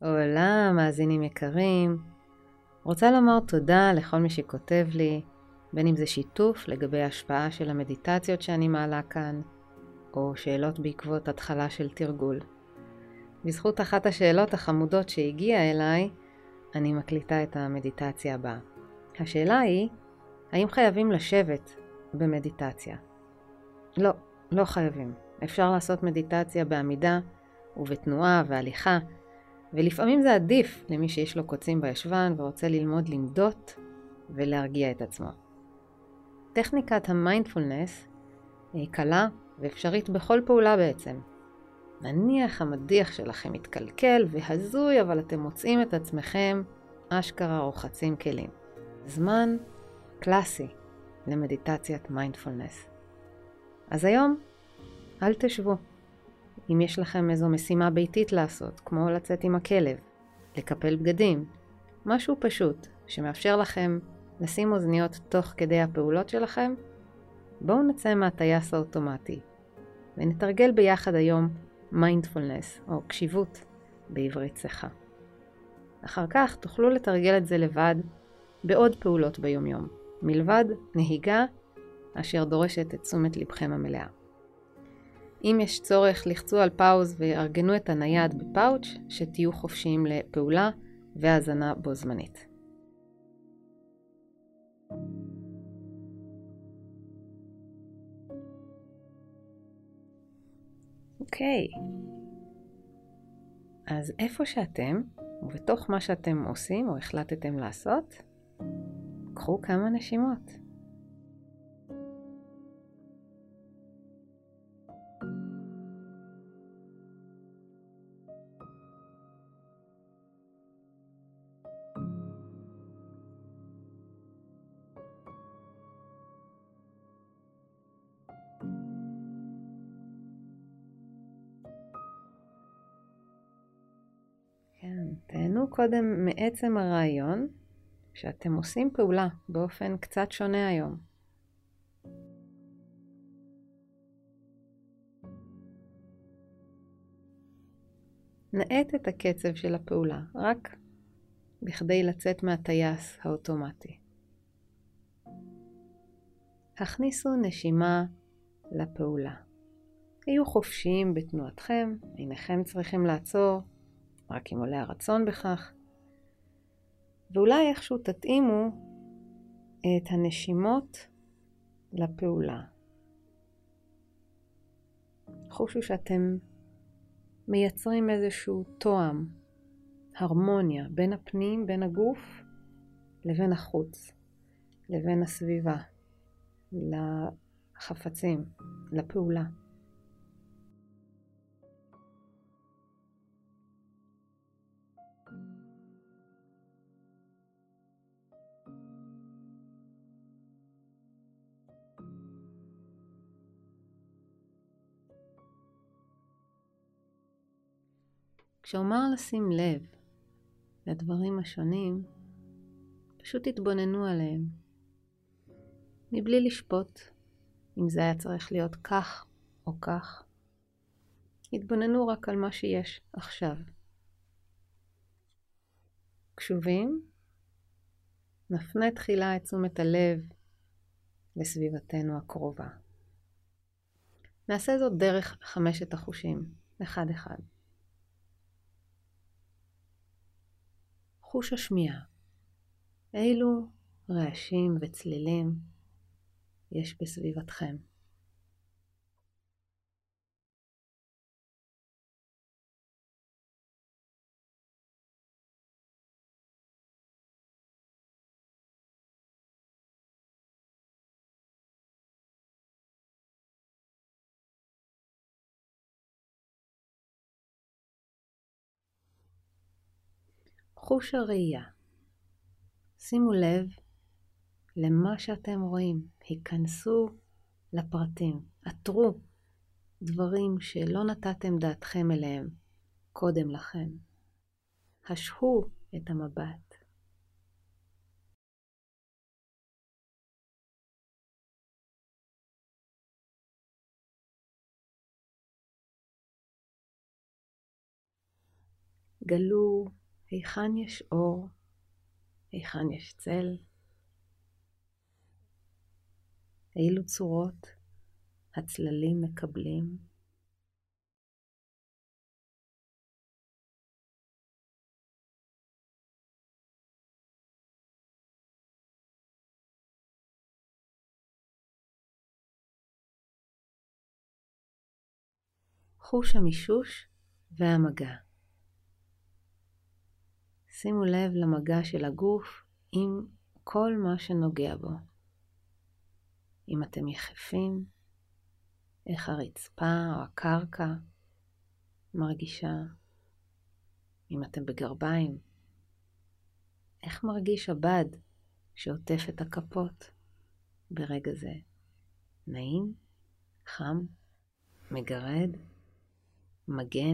עולם, מאזינים יקרים, רוצה לומר תודה לכל מי שכותב לי, בין אם זה שיתוף לגבי ההשפעה של המדיטציות שאני מעלה כאן, או שאלות בעקבות התחלה של תרגול. בזכות אחת השאלות החמודות שהגיעה אליי, אני מקליטה את המדיטציה הבאה. השאלה היא, האם חייבים לשבת במדיטציה? לא, לא חייבים. אפשר לעשות מדיטציה בעמידה ובתנועה והליכה, ולפעמים זה עדיף למי שיש לו קוצים בישבן ורוצה ללמוד למדות ולהרגיע את עצמו. טכניקת המיינדפולנס היא קלה ואפשרית בכל פעולה בעצם. נניח המדיח שלכם מתקלקל והזוי, אבל אתם מוצאים את עצמכם אשכרה רוחצים כלים. זמן קלאסי למדיטציית מיינדפולנס. אז היום אל תשבו. אם יש לכם איזו משימה ביתית לעשות, כמו לצאת עם הכלב, לקפל בגדים, משהו פשוט שמאפשר לכם לשים אוזניות תוך כדי הפעולות שלכם, בואו נצא מהטייס האוטומטי ונתרגל ביחד היום מיינדפולנס או קשיבות בעברית צחה. אחר כך תוכלו לתרגל את זה לבד בעוד פעולות ביומיום, מלבד נהיגה אשר דורשת את תשומת לבכם המלאה. אם יש צורך, לחצו על פאוז וארגנו את הנייד בפאוץ' שתהיו חופשיים לפעולה והאזנה בו זמנית. אוקיי. אז איפה שאתם, ובתוך מה שאתם עושים או החלטתם לעשות, קחו כמה נשימות. כן, תהנו קודם מעצם הרעיון שאתם עושים פעולה באופן קצת שונה היום. נעט את הקצב של הפעולה, רק בכדי לצאת מהטייס האוטומטי. הכניסו נשימה לפעולה. היו חופשיים בתנועתכם, אינכם צריכים לעצור, רק אם עולה הרצון בכך. ואולי איכשהו תתאימו את הנשימות לפעולה. חושו שאתם מייצרים איזשהו תואם, הרמוניה בין הפנים, בין הגוף, לבין החוץ, לבין הסביבה, לחפצים, לפעולה. כשאומר לשים לב לדברים השונים, פשוט תתבוננו עליהם, מבלי לשפוט אם זה היה צריך להיות כך או כך. התבוננו רק על מה שיש עכשיו. קשובים, נפנה תחילה את תשומת הלב לסביבתנו הקרובה. נעשה זאת דרך 5 החושים, אחד אחד. חוש השמיעה. אילו רעשים וצלילים יש בסביבתכם? חוש הראייה. שימו לב למה שאתם רואים. היכנסו לפרטים. עטרו דברים שלא נתתם דעתכם אליהם קודם לכן. השהו את המבט. גלו היכן יש אור, היכן יש צל, אילו צורות הצללים מקבלים. חוש המישוש והמגע. שימו לב למגע של הגוף עם כל מה שנוגע בו. אם אתם יחפים, איך הרצפה או הקרקע מרגישה. אם אתם בגרביים, איך מרגיש הבד שעוטף את הכפות ברגע זה. נעים, חם, מגרד, מגן.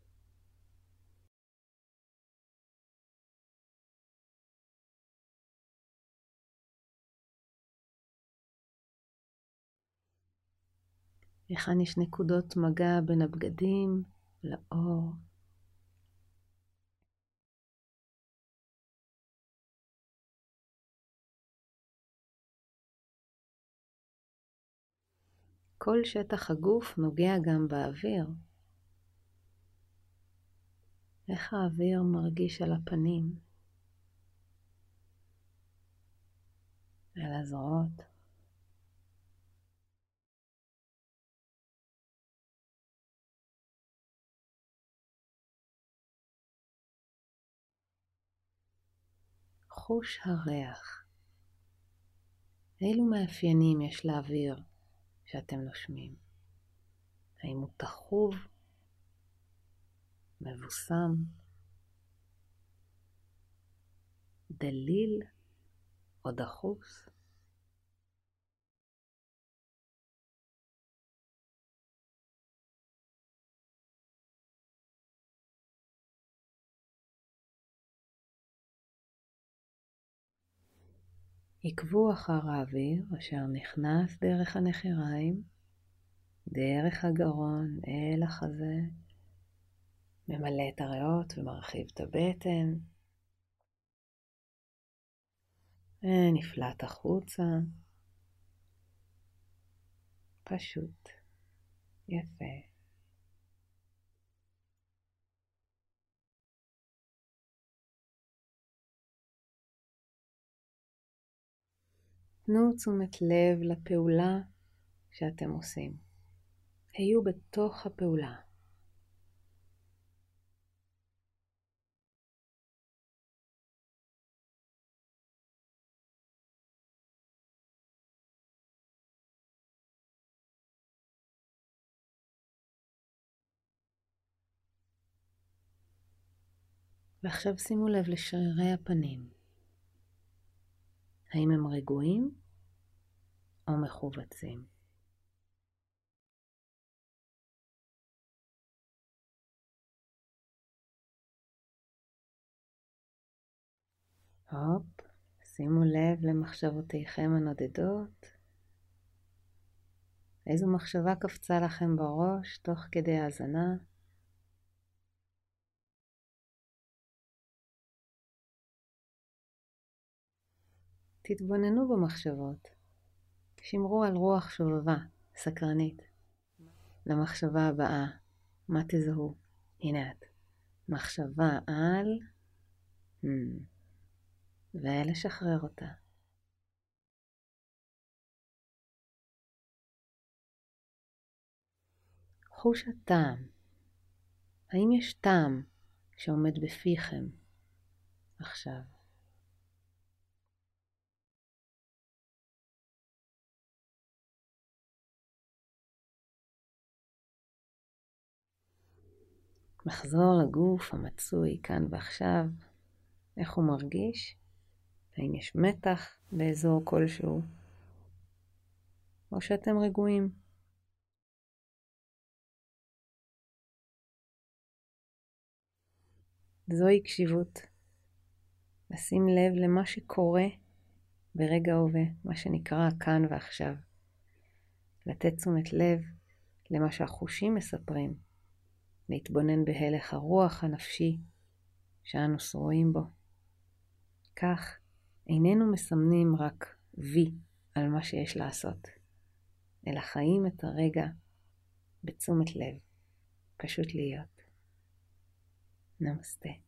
היכן יש נקודות מגע בין הבגדים לאור. כל שטח הגוף נוגע גם באוויר. איך האוויר מרגיש על הפנים, על הזרועות. חוש הריח. אילו מאפיינים יש לאוויר שאתם נושמים? האם הוא תחוב, מבוסם, דליל או דחוס? עקבו אחר האוויר אשר נכנס דרך הנחיריים, דרך הגרון אל החזה, ממלא את הריאות ומרחיב את הבטן, ונפלט החוצה. פשוט, יפה. תנו תשומת לב לפעולה שאתם עושים. היו בתוך הפעולה. ועכשיו שימו לב לשרירי הפנים. האם הם רגועים או מחובצים? הופ, שימו לב למחשבותיכם הנודדות. איזו מחשבה קפצה לכם בראש תוך כדי האזנה? תתבוננו במחשבות. שמרו על רוח שובבה, סקרנית. למחשבה הבאה, מה תזהו? הנה את. מחשבה על... ולשחרר אותה. חוש הטעם. האם יש טעם שעומד בפיכם עכשיו? מחזור לגוף המצוי כאן ועכשיו. איך הוא מרגיש? האם יש מתח באזור כלשהו? או שאתם רגועים? זוהי קשיבות. לשים לב למה שקורה ברגע ההווה, מה שנקרא כאן ועכשיו. לתת תשומת לב למה שהחושים מספרים. להתבונן בהלך הרוח הנפשי שאנו שרויים בו. כך איננו מסמנים רק וי על מה שיש לעשות, אלא חיים את הרגע בתשומת לב, פשוט להיות. נמסטה.